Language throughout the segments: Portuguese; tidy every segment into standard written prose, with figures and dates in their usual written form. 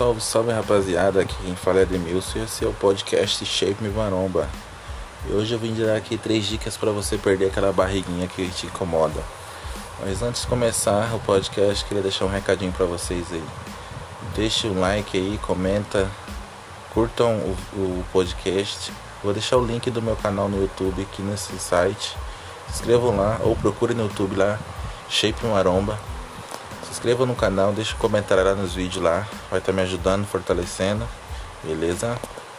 Salve, salve rapaziada, aqui quem fala é Edmilson e esse é o podcast Shape Me Maromba. E hoje eu vim dar aqui 3 dicas para você perder aquela barriguinha que te incomoda. Mas antes de começar o podcast, queria deixar um recadinho para vocês aí. Deixe um like aí, comenta, curtam o podcast. Vou deixar o link do meu canal no YouTube aqui nesse site. Se inscrevam lá ou procurem no YouTube lá, Shape Me Maromba. Se inscreva no canal, deixa um comentário lá nos vídeos lá. Vai estar me ajudando, fortalecendo. Beleza?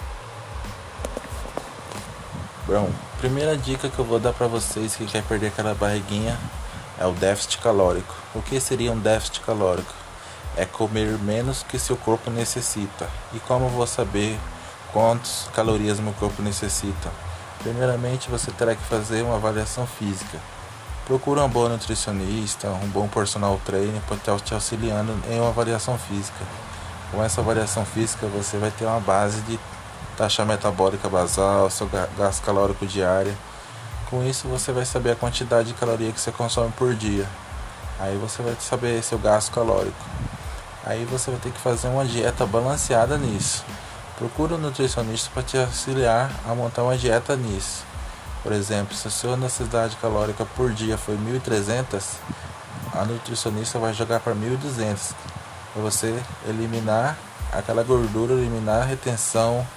Bom, primeira dica que eu vou dar pra vocês que quer perder aquela barriguinha é o déficit calórico. O que seria um déficit calórico? É comer menos que seu corpo necessita. E como eu vou saber quantas calorias meu corpo necessita? Primeiramente você terá que fazer uma avaliação física. Procura uma boa nutricionista, um bom personal trainer para estar te auxiliando em uma avaliação física. Com essa avaliação física você vai ter uma base de taxa metabólica basal, seu gasto calórico diário. Com isso você vai saber a quantidade de caloria que você consome por dia. Aí você vai saber seu gasto calórico. Aí você vai ter que fazer uma dieta balanceada nisso. Procura um nutricionista para te auxiliar a montar uma dieta nisso. Por exemplo, se a sua necessidade calórica por dia foi 1.300, a nutricionista vai jogar para 1.200, para você eliminar aquela gordura, eliminar a retenção,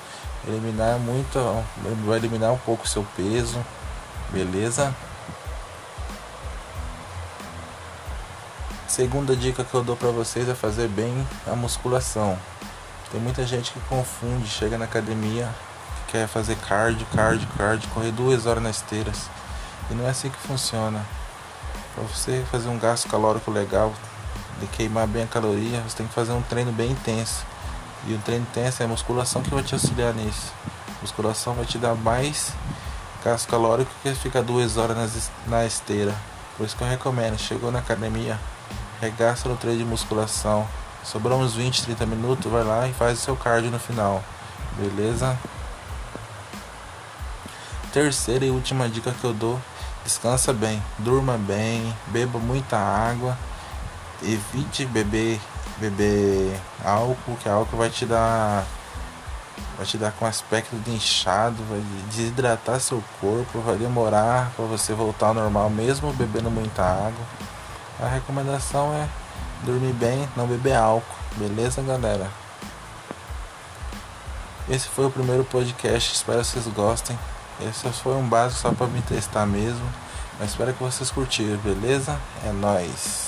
vai eliminar um pouco o seu peso, beleza? Segunda dica que eu dou para vocês é fazer bem a musculação. Tem muita gente que confunde, chega na academia, quer fazer cardio, correr 2 horas nas esteiras. E não é assim que funciona. Para você fazer um gasto calórico legal, de queimar bem a caloria, você tem que fazer um treino bem intenso. E o treino intenso é a musculação que vai te auxiliar nisso. A musculação vai te dar mais gasto calórico que ficar 2 horas na esteira. Por isso que eu recomendo, chegou na academia, regaça no treino de musculação. Sobrou uns 20, 30 minutos, vai lá e faz o seu cardio no final. Beleza? Terceira e última dica que eu dou: descansa bem, durma bem, beba muita água, evite beber álcool, que álcool vai te dar com aspecto de inchado, vai desidratar seu corpo, vai demorar para você voltar ao normal mesmo bebendo muita água. A recomendação é dormir bem, não beber álcool, beleza, galera? Esse foi o primeiro podcast, espero que vocês gostem. Esse foi um básico só para me testar mesmo. Mas espero que vocês curtiram, beleza? É nóis!